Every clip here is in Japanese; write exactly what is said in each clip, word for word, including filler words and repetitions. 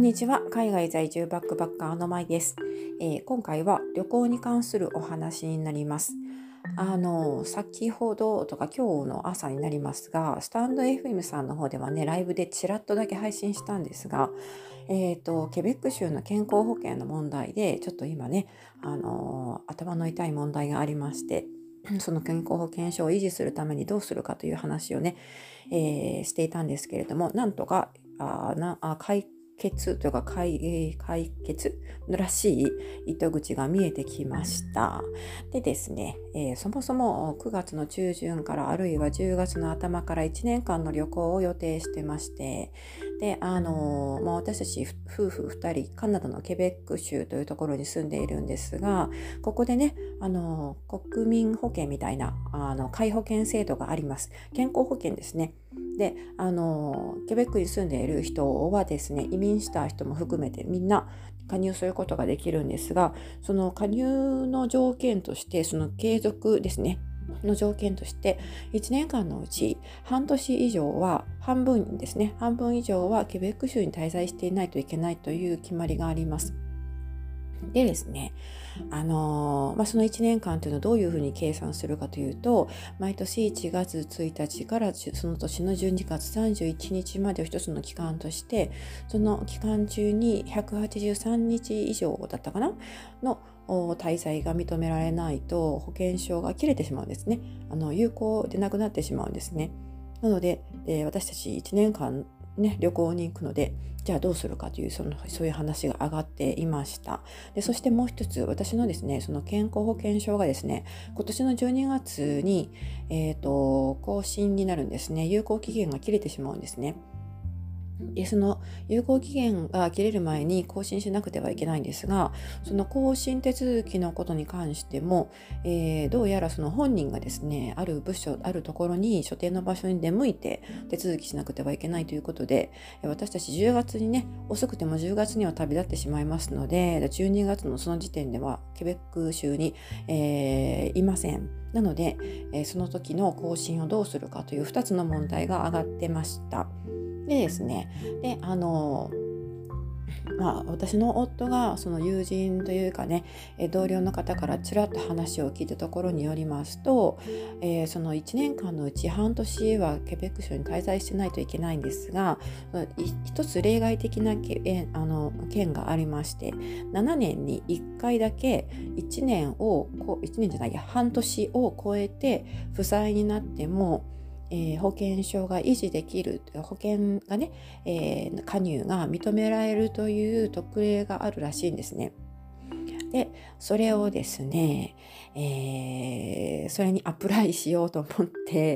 んにちは。海外在住バックパッカーのまいです、えー今回は旅行に関するお話になります。あの先ほどとか今日の朝になりますが、スタンド エフエム さんの方ではね、ライブでちらっとだけ配信したんですが、えーと、ケベック州の健康保険の問題でちょっと今ね、あの頭の痛い問題がありまして、その健康保険証を維持するためにどうするかという話をね、えーしていたんですけれども、なんとかあなあ解決というか解、えー解決らしい糸口が見えてきました。でですね、えーそもそもくがつの中旬からあるいはじゅうがつの頭からいちねんかんの旅行を予定してまして、で、あのーまあ、私たち夫婦ふたりカナダのケベック州というところに住んでいるんですが、ここでね、あのー国民保険みたいなあの皆保険制度があります。健康保険ですね。で、あのケベックに住んでいる人はですね、移民した人も含めてみんな加入することができるんですが、その加入の条件として、その継続ですねの条件として、いちねんかんのうち半年以上は半分ですね半分以上はケベック州に滞在していないといけないという決まりがあります。でですね、あのーまあ、そのいちねんかんというのをどういうふうに計算するかというと、毎年いちがつついたちからその年のじゅうにがつさんじゅういちにちまでを一つの期間として、その期間中にひゃくはちじゅうさんにち以上だったかなの滞在が認められないと保険証が切れてしまうんですね。あの有効でなくなってしまうんですね。なので、えー私たちいちねんかんね、旅行に行くので、じゃあどうするかというそのそういう話が上がっていました。で、そしてもう一つ、私のですねその健康保険証がですね、今年のじゅうにがつに、えーと更新になるんですね。有効期限が切れてしまうんですね。で、その有効期限が切れる前に更新しなくてはいけないんですが、その更新手続きのことに関しても、えーどうやらその本人がですね、ある部署、あるところに所定の場所に出向いて手続きしなくてはいけないということで、私たちじゅうがつにね、遅くてもじゅうがつには旅立ってしまいますので、じゅうにがつのその時点ではケベック州に、えーいません。なので、えーその時の更新をどうするかというふたつの問題が上がってました。でですね、で、あの、まあ、私の夫がその友人というかね、え同僚の方からちらっと話を聞いたところによりますと、えーそのいちねんかんのうち半年はケベック州に滞在してないといけないんですが、い一つ例外的なけえあの県がありまして、ななねんにいっかいだけいちねんをこいちねんじゃないや半年を超えて不在になっても、えー保険証が維持できる、保険がね、えー加入が認められるという特例があるらしいんですね。で、それをですね、えーそれにアプライしようと思って、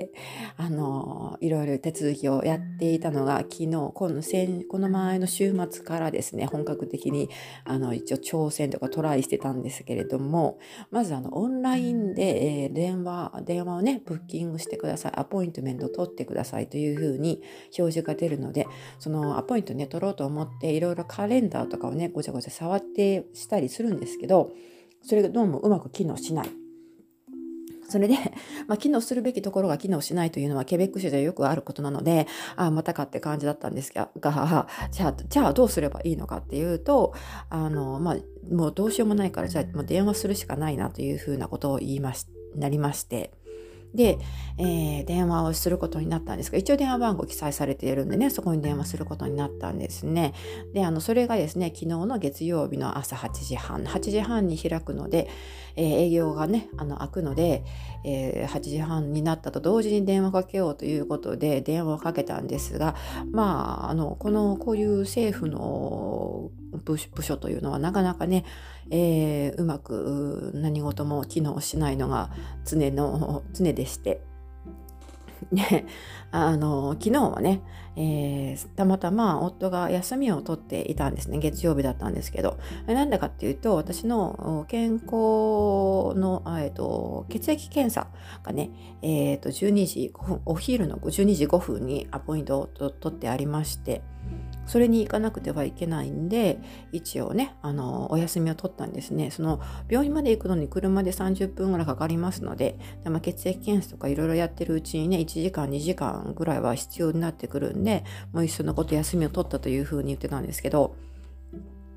あのいろいろ手続きをやっていたのが、昨日、この先この前の週末からですね、本格的にあの一応挑戦とかトライしてたんですけれども、まずあのオンラインで、えー電話、電話をね、ブッキングしてください、アポイントメントを取ってくださいというふうに表示が出るので、そのアポイントね、取ろうと思っていろいろカレンダーとかをね、ごちゃごちゃ触ってしたりするんですけど、それがどうもうまく機能しない。それで、まあ、機能するべきところが機能しないというのはケベック州でよくあることなので、あまたかって感じだったんですが、がじゃあ、じゃあどうすればいいのかっていうと、あの、まあ、もうどうしようもないから、じゃあもう電話するしかないなというふうなことを言いまし、なりまして、で、えー電話をすることになったんですが、一応電話番号記載されているんでね、そこに電話することになったんですね。で、あのそれがですね、昨日の月曜日の朝はちじはん、はちじはんに開くので、えー営業がね、あの開くので、えーはちじはんになったと同時に電話かけようということで電話をかけたんですが、まあ、あのこのこういう政府の部部署というのはなかなかね、えーうまく何事も機能しないのが常の常でして、ね、あの昨日はね、えーたまたま夫が休みを取っていたんですね。月曜日だったんですけど、なんでかっていうと、私の健康の、あえー、と血液検査がね、えー、とじゅうにじごふん、お昼のじゅうにじごふんにアポイントをと取ってありまして、それに行かなくてはいけないんで、一応ね、あのお休みを取ったんですね。その病院まで行くのに車でさんじゅっぷんぐらいかかりますので、でまあ、血液検査とかいろいろやってるうちにね、いちじかんにじかんぐらいは必要になってくるんで、もういっそのこと休みを取ったというふうに言ってたんですけど、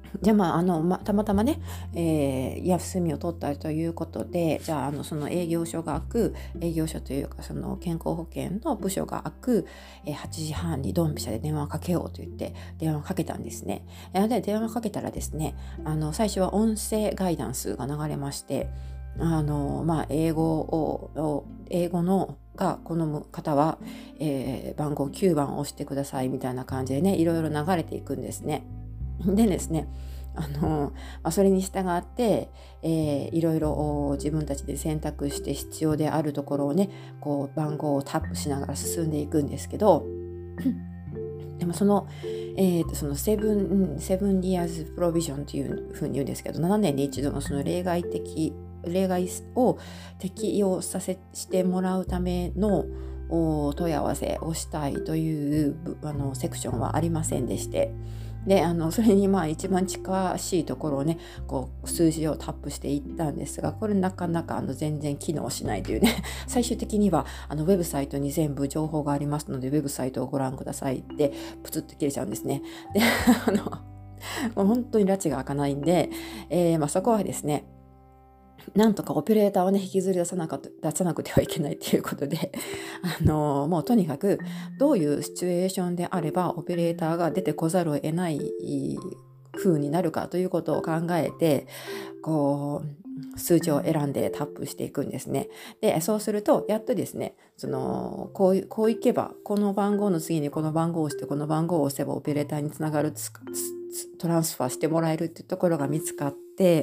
じゃあまああの、ま、たまたまね、えー休みを取ったということで、じゃあ、あのその営業所が開く、営業所というかその健康保険の部署が開く、えーはちじはんにドンピシャで電話をかけようと言って電話をかけたんですね。で電話をかけたらですね、あの最初は音声ガイダンスが流れまして、あのまあ英語を英語のが好む方は、えー番号きゅうばんを押してくださいみたいな感じでね、いろいろ流れていくんですね。でですね、あのまあ、それに従って、えーいろいろ自分たちで選択して必要であるところをね、こう番号をタップしながら進んでいくんですけど、でもその、えーと、そのセブン、セブンリアーズプロビジョンというふうに言うんですけど、ななねんに一度のその例外的、例外を適用させしてもらうためのお問い合わせをしたいというあのセクションはありませんでして、であのそれにまあ一番近しいところをね、こう数字をタップしていったんですが、これなかなかあの全然機能しないというね最終的にはあのウェブサイトに全部情報がありますので、ウェブサイトをご覧くださいってプツッと切れちゃうんですね。であのもう本当に拉致が開かないんで、えーまあ、そこはですね、なんとかオペレーターをね引きずり出さなか出さなくてはいけないということで、あのもうとにかくどういうシチュエーションであればオペレーターが出てこざるを得ない風になるかということを考えて、こう数字を選んでタップしていくんですね。でそうするとやっとですね、そのこうこういけばこの番号の次にこの番号を押してこの番号を押せばオペレーターにつながる、トランスファーしてもらえるっていうところが見つかって、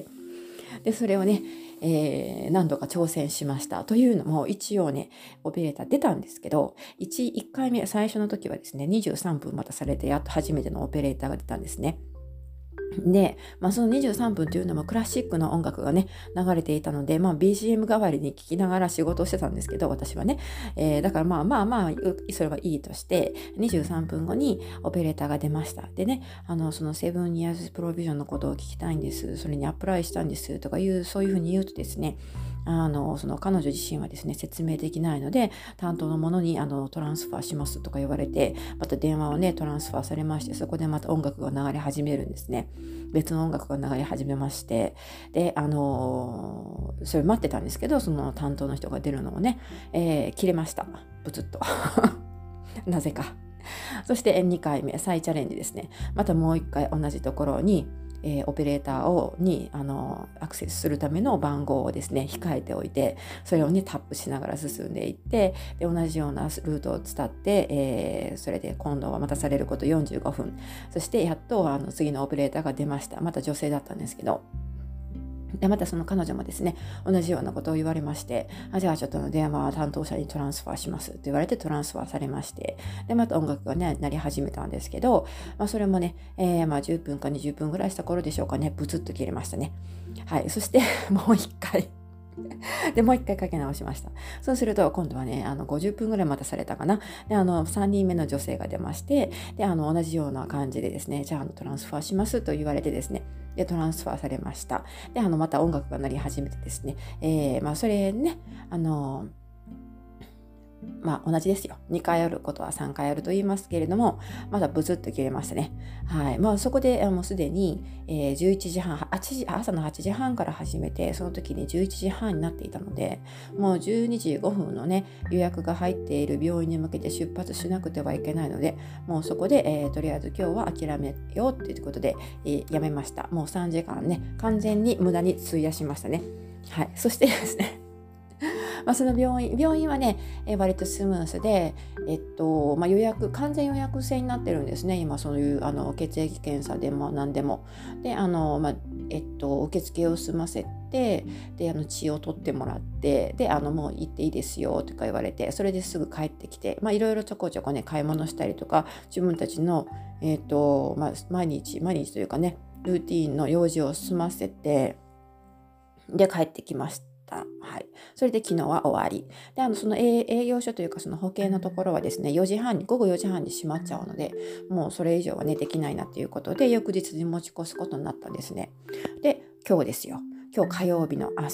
でそれをね、えー何度か挑戦しました。というのも一応ねオペレーター出たんですけど、 1, 1回目最初の時はですねにじゅうさんぷん待たされて、やっと初めてのオペレーターが出たんですね。で、まあ、そのにじゅうさんぷんというのもクラシックの音楽がね流れていたので、まあ、ビージーエム 代わりに聴きながら仕事をしてたんですけど、私はね、えーだからまあまあまあそれはいいとして、にじゅうさんぷんごにオペレーターが出ました。でね、あのそのセブンイヤーズプロビジョンのことを聞きたいんです、それにアプライしたんですとかいう、そういうふうに言うとですね、あのその彼女自身はですね説明できないので、担当の者にあのトランスファーしますとか言われて、また電話をねトランスファーされまして、そこでまた音楽が流れ始めるんですね。別の音楽が流れ始めまして、であのーそれ待ってたんですけど、その担当の人が出るのをね、えー切れました、ブツッとなぜか。そしてにかいめ再チャレンジですね。またもういっかい同じところに、えーオペレーターをにあのアクセスするための番号をですね控えておいて、それをねタップしながら進んでいって、で同じようなルートを伝って、えーそれで今度は待たされることよんじゅうごふん、そしてやっとあの次のオペレーターが出ました。また女性だったんですけど、でまたその彼女もですね同じようなことを言われまして、あじゃあちょっと電話担当者にトランスファーしますと言われてトランスファーされまして、でまた音楽がね鳴り始めたんですけど、まあ、それもね、えーまあ、じゅっぷんかにじゅっぷんぐらいした頃でしょうかね、ブツッと切れましたね。はい、そしてもう一回でもう一回かけ直しました。そうすると今度はねあのごじゅっぷんぐらい待たされたかな。であのさんにんめの女性が出まして、であの同じような感じでですね、じゃあ、あのトランスファーしますと言われてですね、でトランスファーされました。であのまた音楽が鳴り始めてですね、えー、まあそれねあのまあ同じですよ。にかいやることはさんかいやると言いますけれども、まだブツッと切れましたね。はい。まあそこでもうすでに、えー、じゅういちじはん、はちじ、朝のはちじはんから始めて、その時にじゅういちじはんになっていたので、もうじゅうにじごふんのね、予約が入っている病院に向けて出発しなくてはいけないので、もうそこで、えー、とりあえず今日は諦めようっていうことで、えー、やめました。もうさんじかんね、完全に無駄に費やしましたね。はい。そしてですね、まあ、その病院、病院はね、え割とスムースで、えっとまあ、予約、完全予約制になってるんですね。今そういうあの血液検査でも何でも。で、あの、まあ、えっと、受付を済ませて、で、あの血を取ってもらって、で、あのもう行っていいですよとか言われて、それですぐ帰ってきて、まあ、いろいろちょこちょこね、買い物したりとか、自分たちの、えっと、まあ、毎日、毎日というかね、ルーティーンの用事を済ませて、で、帰ってきました。はい、それで昨日は終わりで、あのその営業所というかその保険のところはですねよじはんに午後よじはんに閉まっちゃうので、もうそれ以上はねできないなということで翌日に持ち越すことになったんですね。で今日ですよ、今日火曜日の朝、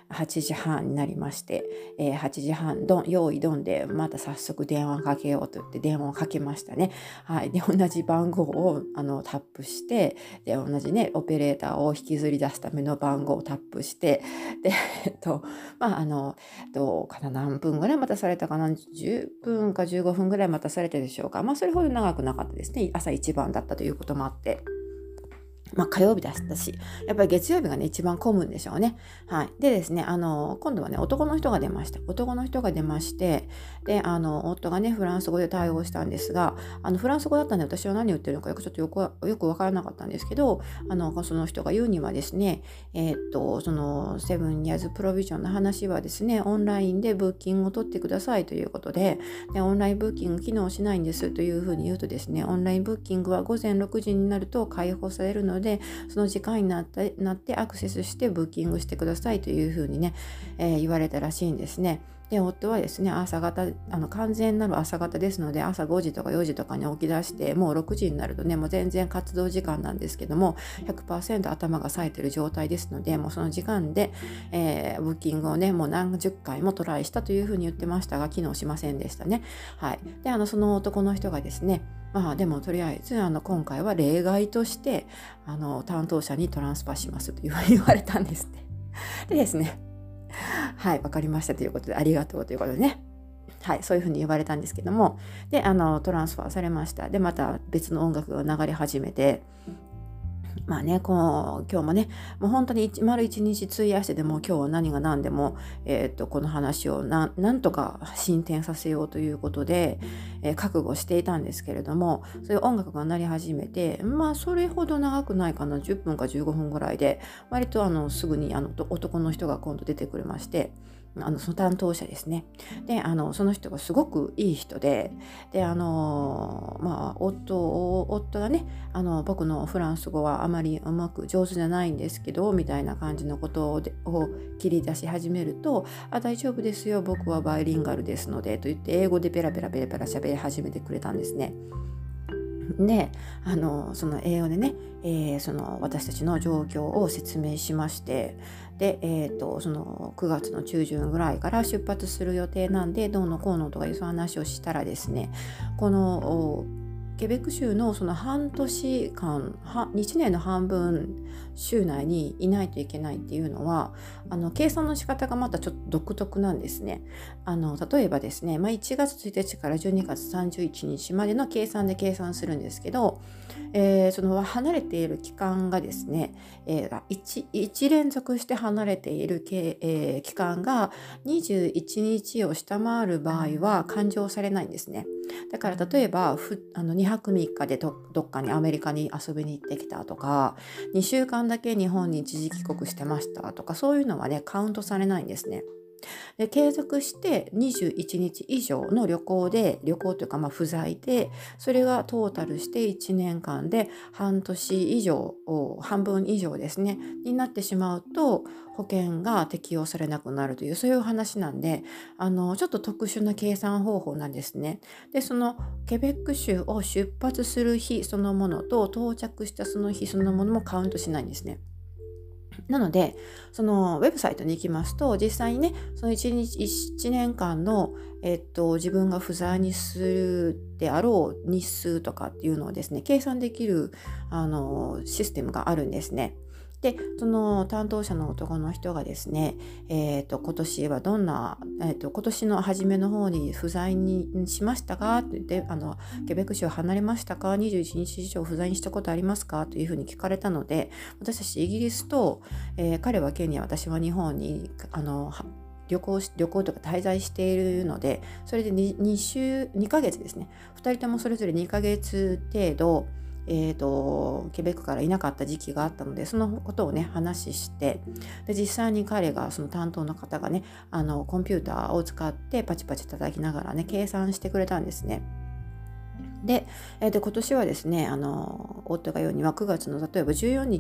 はちじはんになりまして、えー、はちじはんどん用意どんでまた早速電話かけようと言って電話をかけましたね。はい、で同じ番号をあのタップして、で同じねオペレーターを引きずり出すための番号をタップして、でえっとまああのどうかな、何分ぐらい待たされたかな、じゅっぷんかじゅうごふんぐらい待たされたでしょうか。まあそれほど長くなかったですね。朝一番だったということもあって。まあ、火曜日だったし、やっぱり月曜日がね、一番混むんでしょうね。はい。でですね、あの、今度はね、男の人が出ました。男の人が出まして、で、あの、夫がね、フランス語で対応したんですが、あの、フランス語だったんで、私は何言ってるのか、ちょっとよく、よくわからなかったんですけど、あの、その人が言うにはですね、えーっと、その、セブンイヤーズプロビジョンの話はですね、オンラインでブッキングを取ってくださいということで、で、オンラインブッキング機能しないんですというふうに言うとですね、オンラインブッキングはごぜんろくじになると開放されるので、その時間になってなってアクセスしてブッキングしてくださいというふうにね、えー、言われたらしいんですね。で、夫はですね、朝方、あの完全なる朝方ですので、朝ごじとかよじとかに起き出して、もうろくじになるとね、もう全然活動時間なんですけども、ひゃくパーセント 頭が冴えてる状態ですので、もうその時間で、えー、ブッキングをね、もう何十回もトライしたというふうに言ってましたが、機能しませんでしたね。はい。で、あの、その男の人がですね、まあでもとりあえずあの今回は例外としてあの担当者にトランスファーしますというふうに言われたんですね。でですね、はい、わかりましたということで、ありがとうということでね。はい、そういうふうに言われたんですけども、で、あの、トランスファーされました。で、また別の音楽が流れ始めて、まあね、こう今日もね、もう本当に丸一日費やしてでも今日は何が何でも、えー、っとこの話をななんとか進展させようということで、えー、覚悟していたんですけれども、そういう音楽が鳴り始めて、まあそれほど長くないかな、じゅっぷんかじゅうごふんぐらいで、割とあのすぐにあの男の人が今度出てくれまして、あのその担当者ですね。で、あのその人がすごくいい人で、で、あのまあ夫夫がね、あの僕のフランス語はあまりうまく上手じゃないんですけどみたいな感じのことをを切り出し始めると、あ、大丈夫ですよ、僕はバイリンガルですのでと言って英語でペラペラペラペラ喋り始めてくれたんですね。で、あのその英語でね、えー、その私たちの状況を説明しまして、で、えー、とそのくがつの中旬ぐらいから出発する予定なんで、どうのこうのとかいうそういう話をしたらですね、このケベック州のその半年間、いちねんの半分州内にいないといけないっていうのは、あの計算の仕方がまたちょっと独特なんですね。あの例えばですね、まあ、いちがつついたちからじゅうにがつさんじゅういちにちまでの計算で計算するんですけど、えー、その離れている期間がですね、えー、1, 1連続して離れている、えー、期間がにじゅういちにちを下回る場合は勘定されないんですね。だから例えばふあのにはくみっかで ど, どっかにアメリカに遊びに行ってきたとか、にしゅうかんだけ日本に一時帰国してましたとか、そういうのはねカウントされないんですね。で、継続してにじゅういちにち以上の旅行で、旅行というかまあ不在で、それがトータルしていちねんかんで半年以上、半分以上ですねになってしまうと保険が適用されなくなるという、そういう話なんで、あのちょっと特殊な計算方法なんですね。で、そのケベック州を出発する日そのものと到着したその日そのものもカウントしないんですね。なので、そのウェブサイトに行きますと、実際にね、そのいちにち、いちねんかんの、えっと、自分が不在にするであろう日数とかっていうのをですね、計算できるあのシステムがあるんですね。で、その担当者の男の人がですね、えー、と今年はどんな、えー、と今年の初めの方に不在にしましたかって言って、あのケベック州を離れましたか、にじゅういちにち以上不在にしたことありますかというふうに聞かれたので、私たちイギリスと、えー、彼はケニア、私は日本にあの旅行し旅行とか滞在しているので、それで 2, 2週にかげつですね、ふたりともそれぞれにかげつ程度えーと、ケベックからいなかった時期があったので、そのことをね話して、で実際に彼がその担当の方がね、あのコンピューターを使ってパチパチ叩きながらね計算してくれたんですね。で、えー、で今年はですね、あの夫が言うにはくがつの例えばじゅうよっか、く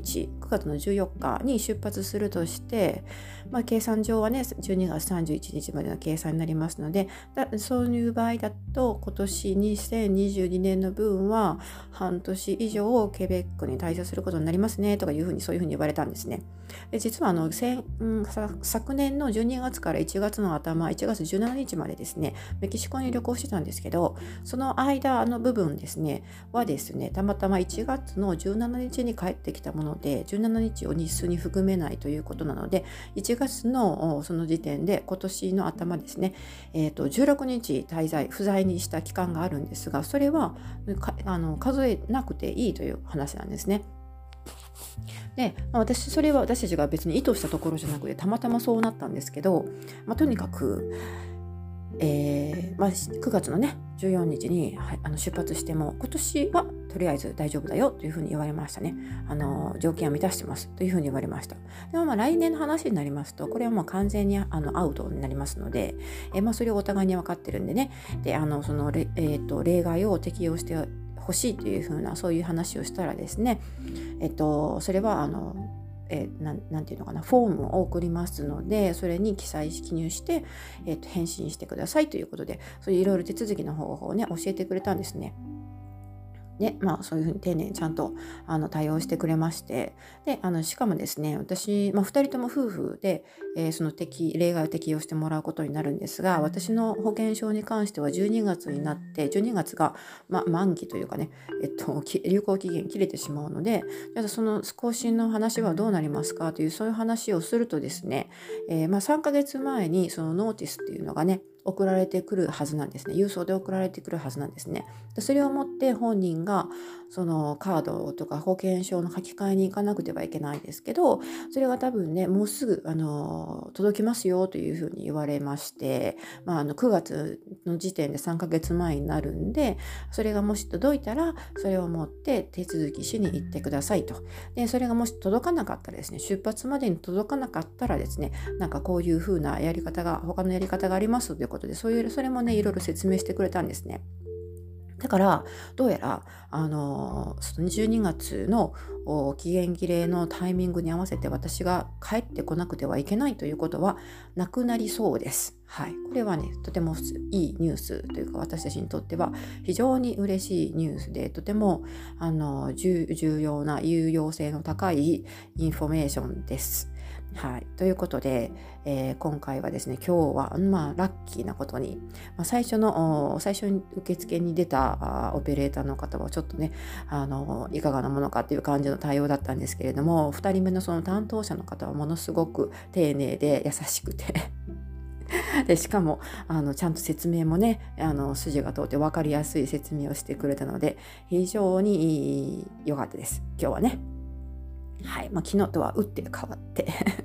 くがつのじゅうよっかに出発するとして、まあ、計算上はねじゅうにがつさんじゅういちにちまでの計算になりますので、だそういう場合だと今年にせんにじゅうにねんの分は半年以上ケベックに滞在することになりますねとかいうふうにそういうふうに言われたんですね。で実はあの先、うん、昨年のじゅうにがつからいちがつの頭、いちがつじゅうしちにちまでですね、メキシコに旅行してたんですけど、その間の部分ですねはですね、たまたまいちがつのじゅうしちにちに帰ってきたもので、じゅうしちにちを日数に含めないということなので、いちがつのその時点で今年の頭ですね、えー、とじゅうろくにち滞在不在にした期間があるんですが、それはあの数えなくていいという話なんですね。で、まあ、私それは私たちが別に意図したところじゃなくてたまたまそうなったんですけど、まあ、とにかく、えーまあ、くがつのねじゅうよっかに、はい、あの出発しても今年はとりあえず大丈夫だよというふうに言われましたね。あの条件は満たしてますというふうに言われました。でもまあ来年の話になりますと、これはもう完全にあのアウトになりますので、えーまあ、それをお互いに分かってるんでね、であのその、えー、と例外を適用してほしいというふうなそういう話をしたらですね、えっと、それはあのえー、な, なんていうのかなフォームを送りますので、それに記載記入して、えー、と返信してくださいということで、そういういろいろ手続きの方法をね教えてくれたんですね。でまあ、そういうふうに丁寧にちゃんとあの対応してくれまして、であのしかもですね、私、まあ、ふたりとも夫婦で、えー、その適例外を適用してもらうことになるんですが、私の保険証に関してはじゅうにがつになって、じゅうにがつが、ま、満期というかね、えっと、有効期限切れてしまうので、じゃあその更新の話はどうなりますかというそういう話をするとですね、えーまあ、さんかげつまえにそのノーティスっていうのがね送られてくるはずなんですね。郵送で送られてくるはずなんですね。でそれをもって本人がそのカードとか保険証の書き換えに行かなくてはいけないんですけど、それが多分ねもうすぐあの届きますよというふうに言われまして、まあ、あのくがつの時点でさんかげつまえになるんで、それがもし届いたらそれを持って手続きしに行ってくださいと。でそれがもし届かなかったらですね、出発までに届かなかったらですね、なんかこういうふうなやり方が他のやり方がありますということで、そういうそれもねいろいろ説明してくれたんですね。だからどうやらあのそのじゅうにがつの期限切れのタイミングに合わせて私が帰ってこなくてはいけないということはなくなりそうです。はい、これはねとてもいいニュースというか、私たちにとっては非常に嬉しいニュースで、とてもあの重要な有用性の高いインフォメーションです。はい、ということで、えー、今回はですね、今日は、まあ、ラッキーなことに、まあ、最初の最初に受付に出たオペレーターの方はちょっとねあのいかがなものかっていう感じの対応だったんですけれども、ふたりめのその担当者の方はものすごく丁寧で優しくてでしかもあのちゃんと説明もねあの筋が通って分かりやすい説明をしてくれたので、非常に良かったです今日はね。はい、まあ、昨日とは打って変わって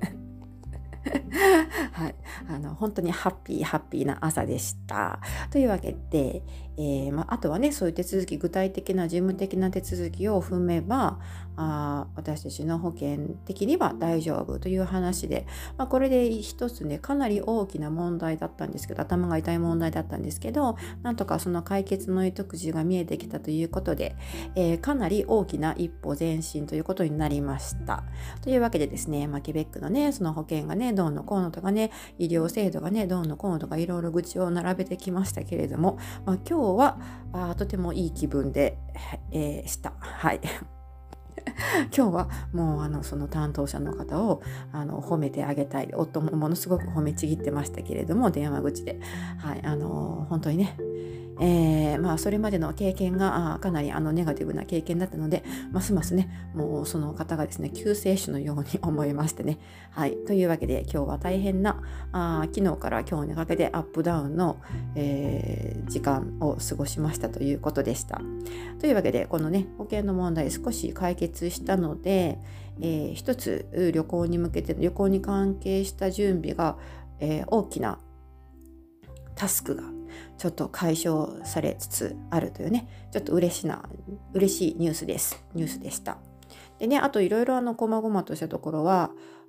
はい、あの本当にハッピーハッピーな朝でした。というわけで、えーまあ、あとはねそういう手続き、具体的な事務的な手続きを踏めばあ私たちの保険的には大丈夫という話で、まあ、これで一つねかなり大きな問題だったんですけど、頭が痛い問題だったんですけど、なんとかその解決の糸口が見えてきたということで、えー、かなり大きな一歩前進ということになりました。というわけでですね、まあ、ケベックのねその保険がねどうのこうのとかね、医療制度がねどうのこうのとかいろいろ愚痴を並べてきましたけれども、まあ、今日はあとてもいい気分で、えー、した。はい今日はもうあのその担当者の方をあの褒めてあげたい。夫もものすごく褒めちぎってましたけれども、電話口で、はい、あの本当にねえーまあ、それまでの経験がかなりあのネガティブな経験だったので、ますますねもうその方がですね救世主のように思いましてね。はい、というわけで今日は大変なあ昨日から今日にかけてアップダウンの、えー、時間を過ごしましたということでした。というわけでこのね保険の問題少し解決したので、えー、一つ旅行に向けて旅行に関係した準備が、えー、大きなタスクがちょっと解消されつつあるというね、ちょっと嬉しいな嬉しいニュースですニュースでした。でね、あといろいろあの細々としたところは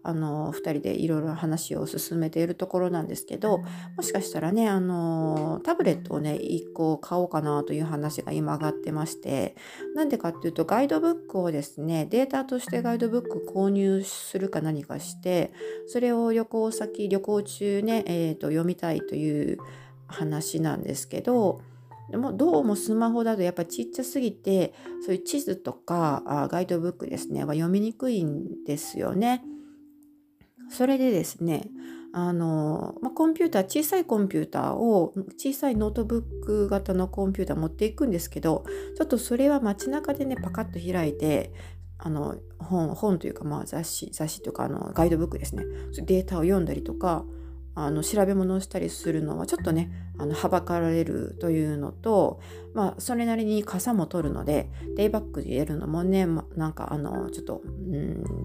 あのふたりでいろいろ話を進めているところなんですけど、もしかしたらねあのタブレットをねいっこ買おうかなという話が今上がってまして、なんでかっていうとガイドブックをですねデータとしてガイドブック購入するか何かして、それを旅行先旅行中ね、えーと読みたいという話なんですけど、でもどうもスマホだとやっぱちっちゃすぎて、そういう地図とかあガイドブックですねは読みにくいんですよね。それでですねあの、まあ、コンピューター小さいコンピューターを小さいノートブック型のコンピューター持っていくんですけど、ちょっとそれは街中でねパカッと開いてあの 本, 本というか、まあ、雑誌雑誌というかあのガイドブックですね、データを読んだりとかあの調べ物をしたりするのはちょっとねあのはばかられるというのと、まあ、それなりに傘も取るのでデイバッグで入れるのもね、ま、なんかあのちょっと、うん、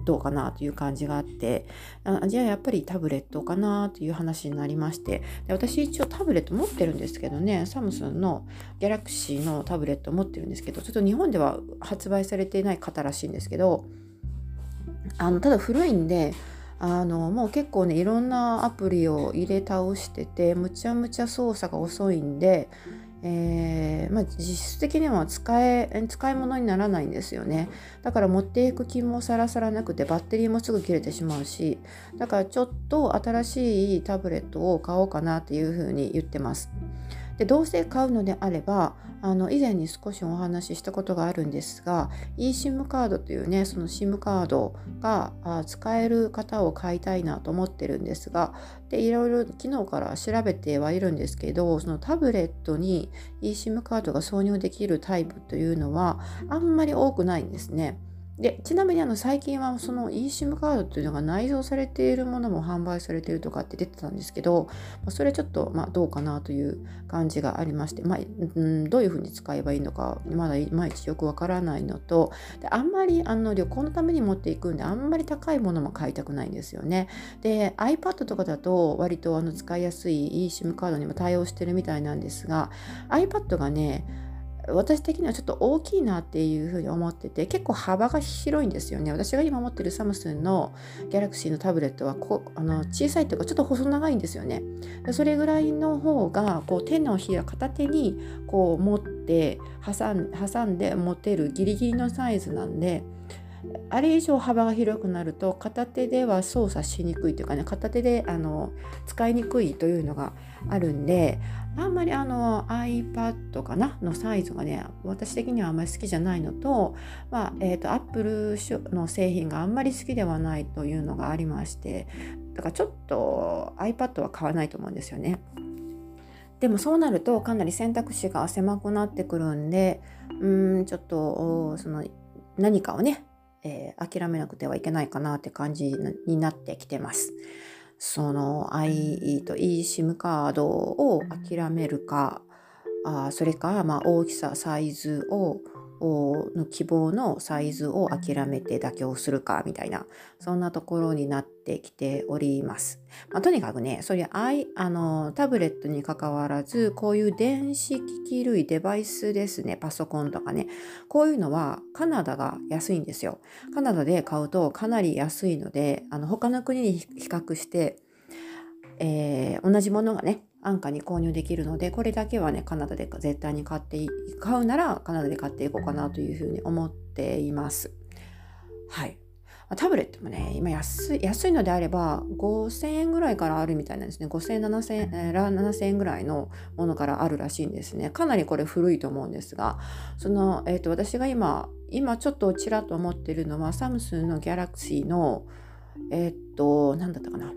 どうかなという感じがあって、あじゃあやっぱりタブレットかなという話になりまして、で私一応タブレット持ってるんですけどね、サムスンのギャラクシーのタブレット持ってるんですけど、ちょっと日本では発売されていない型らしいんですけど、あのただ古いんであのもう結構ねいろんなアプリを入れ倒しててむちゃむちゃ操作が遅いんで、えーまあ、実質的には使え使い物にならないんですよね。だから持っていく気もさらさらなくてバッテリーもすぐ切れてしまうし、だからちょっと新しいタブレットを買おうかなっていうふうに言ってます。でどうせ買うのであればあの以前に少しお話ししたことがあるんですが eSIM カードというねその SIM カードがあ使える方を買いたいなと思ってるんですが、でいろいろ昨日から調べてはいるんですけど、そのタブレットに eSIM カードが挿入できるタイプというのはあんまり多くないんですね。でちなみにあの最近はその eSIM カードというのが内蔵されているものも販売されているとかって出てたんですけど、それちょっとまあどうかなという感じがありまして、まあうん、どういうふうに使えばいいのかまだいまいちよくわからないのと、であんまりあの旅行のために持っていくんであんまり高いものも買いたくないんですよね。で iPad とかだと割とあの使いやすい eSIM カードにも対応してるみたいなんですが、 iPad がね私的にはちょっと大きいなっていうふうに思ってて、結構幅が広いんですよね。私が今持ってるサムスンのギャラクシーのタブレットはこあの小さいというかちょっと細長いんですよね。でそれぐらいの方がこう手のひら片手にこう持って挟ん、挟んで持てるギリギリのサイズなんで、あれ以上幅が広くなると片手では操作しにくいというかね、片手であの使いにくいというのがあるんで、あんまりあの iPad かなのサイズがね私的にはあんまり好きじゃないのと、まあえーと、Apple の製品があんまり好きではないというのがありまして、だからちょっと iPad は買わないと思うんですよね。でもそうなるとかなり選択肢が狭くなってくるんで、うーんちょっとその何かをねえー、諦めなくてはいけないかなって感じになってきてます。その i と eSIM カードを諦めるか、あそれか、まあ、大きさサイズをの希望のサイズを諦めて妥協するかみたいな、そんなところになってきております。まあ、とにかくねそれあいあのタブレットに関わらずこういう電子機器類デバイスですね、パソコンとかね、こういうのはカナダが安いんですよ。カナダで買うとかなり安いので、あの他の国に比較して、えー、同じものがね安価に購入できるので、これだけはねカナダで絶対に買って買うならカナダで買っていこうかなというふうに思っています。はい。タブレットもね今安い、安いのであればごせんえんぐらいからあるみたいなんですね。ごせんえんななせんえん、えー、ななせんえんぐらいのものからあるらしいんですね。かなりこれ古いと思うんですが、その、えーと、私が今今ちょっとちらっと思ってるのはサムスンのギャラクシーのえっ、ー、と何だったかな、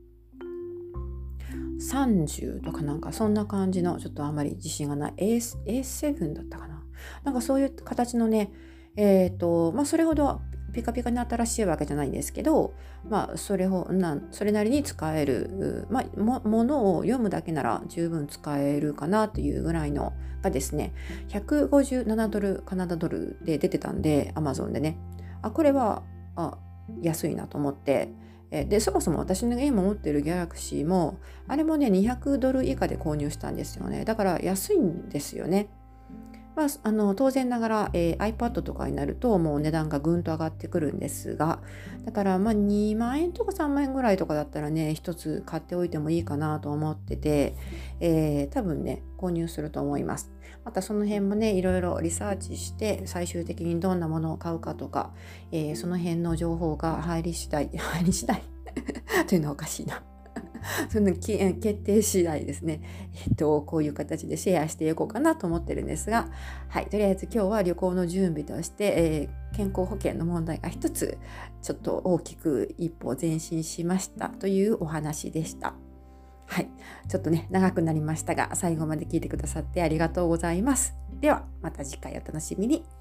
さんじゅうとかなんかそんな感じの、ちょっとあまり自信がない エーセブン だったかな、なんかそういう形のねえっ、ー、とまあそれほどピカピカに新しいわけじゃないんですけど、まあそれをなそれなりに使える、まあ、も, ものを読むだけなら十分使えるかなというぐらいのがですねひゃくごじゅうななドルカナダドルで出てたんで Amazon でね、あこれはあ安いなと思って、でそもそも私が今持ってるギャラクシーもあれもねにひゃくドル以下で購入したんですよね。だから安いんですよね。 まあ、あの当然ながら、えー iPad とかになるともう値段がぐんと上がってくるんですが、だからまあにまん円とかさんまん円ぐらいとかだったらね、一つ買っておいてもいいかなと思ってて、えー多分ね購入すると思います。またその辺もねいろいろリサーチして最終的にどんなものを買うかとか、えーその辺の情報が入り次第入り次第というのはおかしいな。そのき決定次第ですね、えっと、こういう形でシェアしていこうかなと思ってるんですが、はい、とりあえず今日は旅行の準備として、えー健康保険の問題が一つちょっと大きく一歩前進しましたというお話でした。はい、ちょっとね長くなりましたが最後まで聞いてくださってありがとうございます。ではまた次回お楽しみに。